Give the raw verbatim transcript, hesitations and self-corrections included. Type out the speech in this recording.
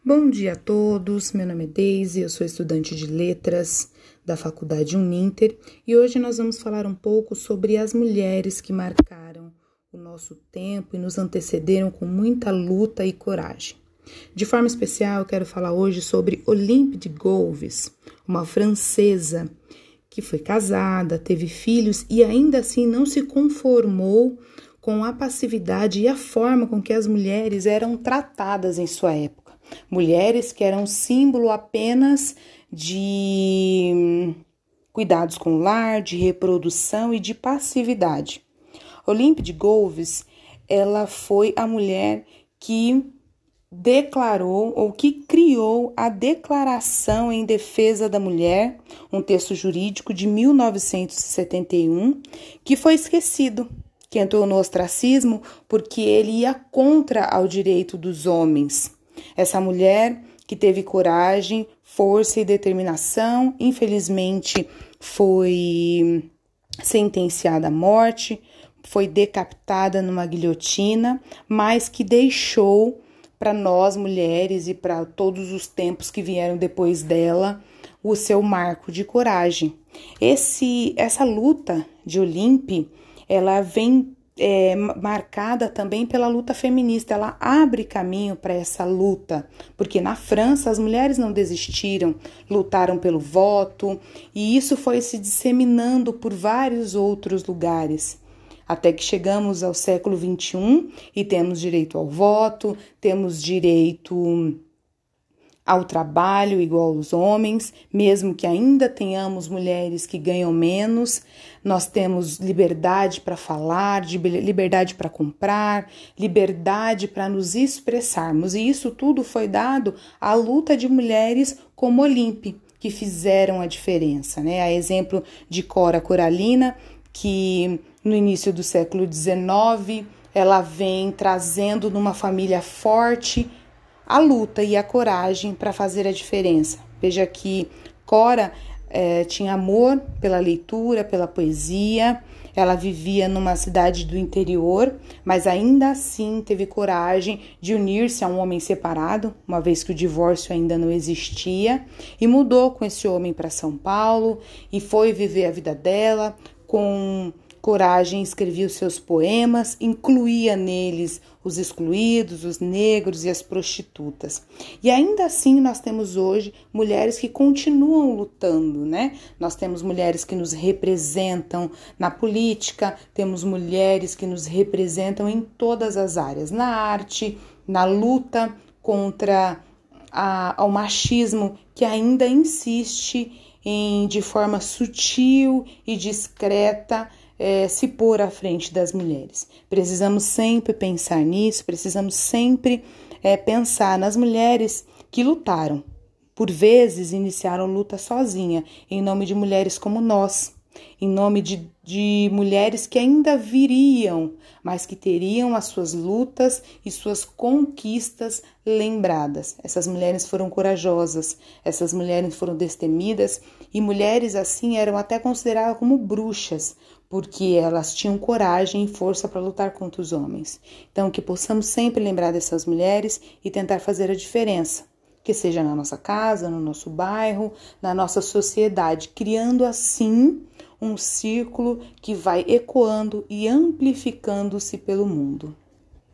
Bom dia a todos, meu nome é Deise, eu sou estudante de letras da Faculdade Uninter e hoje nós vamos falar um pouco sobre as mulheres que marcaram o nosso tempo e nos antecederam com muita luta e coragem. De forma especial, eu quero falar hoje sobre Olympe de Gouges, uma francesa que foi casada, teve filhos e ainda assim não se conformou com a passividade e a forma com que as mulheres eram tratadas em sua época. Mulheres que eram símbolo apenas de cuidados com o lar, de reprodução e de passividade. Olympe de Gouges, ela foi a mulher que declarou ou que criou a Declaração em Defesa da Mulher, um texto jurídico de mil novecentos e setenta e um, que foi esquecido, que entrou no ostracismo porque ele ia contra ao direito dos homens. Essa mulher que teve coragem, força e determinação, infelizmente foi sentenciada à morte, foi decapitada numa guilhotina, mas que deixou para nós mulheres e para todos os tempos que vieram depois dela o seu marco de coragem. Esse, essa luta de Olympe, ela vem É, marcada também pela luta feminista, ela abre caminho para essa luta, porque na França as mulheres não desistiram, lutaram pelo voto e isso foi se disseminando por vários outros lugares, até que chegamos ao século vinte e um e temos direito ao voto, temos direito ao trabalho igual aos homens, mesmo que ainda tenhamos mulheres que ganham menos, nós temos liberdade para falar, liberdade para comprar, liberdade para nos expressarmos, e isso tudo foi dado à luta de mulheres como Olympe, que fizeram a diferença, né? A exemplo de Cora Coralina, que no início do século dezenove, ela vem trazendo numa família forte a luta e a coragem para fazer a diferença. Veja que Cora eh, tinha amor pela leitura, pela poesia, ela vivia numa cidade do interior, mas ainda assim teve coragem de unir-se a um homem separado, uma vez que o divórcio ainda não existia, e mudou com esse homem para São Paulo e foi viver a vida dela com coragem, escrevia os seus poemas, incluía neles os excluídos, os negros e as prostitutas. E ainda assim nós temos hoje mulheres que continuam lutando, né? Nós temos mulheres que nos representam na política, temos mulheres que nos representam em todas as áreas, na arte, na luta contra a, ao machismo que ainda insiste em, de forma sutil e discreta, É, se pôr à frente das mulheres. Precisamos sempre pensar nisso, precisamos sempre é, pensar nas mulheres que lutaram. Por vezes iniciaram luta sozinha, em nome de mulheres como nós, em nome de, de mulheres que ainda viriam, mas que teriam as suas lutas e suas conquistas lembradas. Essas mulheres foram corajosas, essas mulheres foram destemidas e mulheres assim eram até consideradas como bruxas, porque elas tinham coragem e força para lutar contra os homens. Então, que possamos sempre lembrar dessas mulheres e tentar fazer a diferença, que seja na nossa casa, no nosso bairro, na nossa sociedade, criando assim um círculo que vai ecoando e amplificando-se pelo mundo.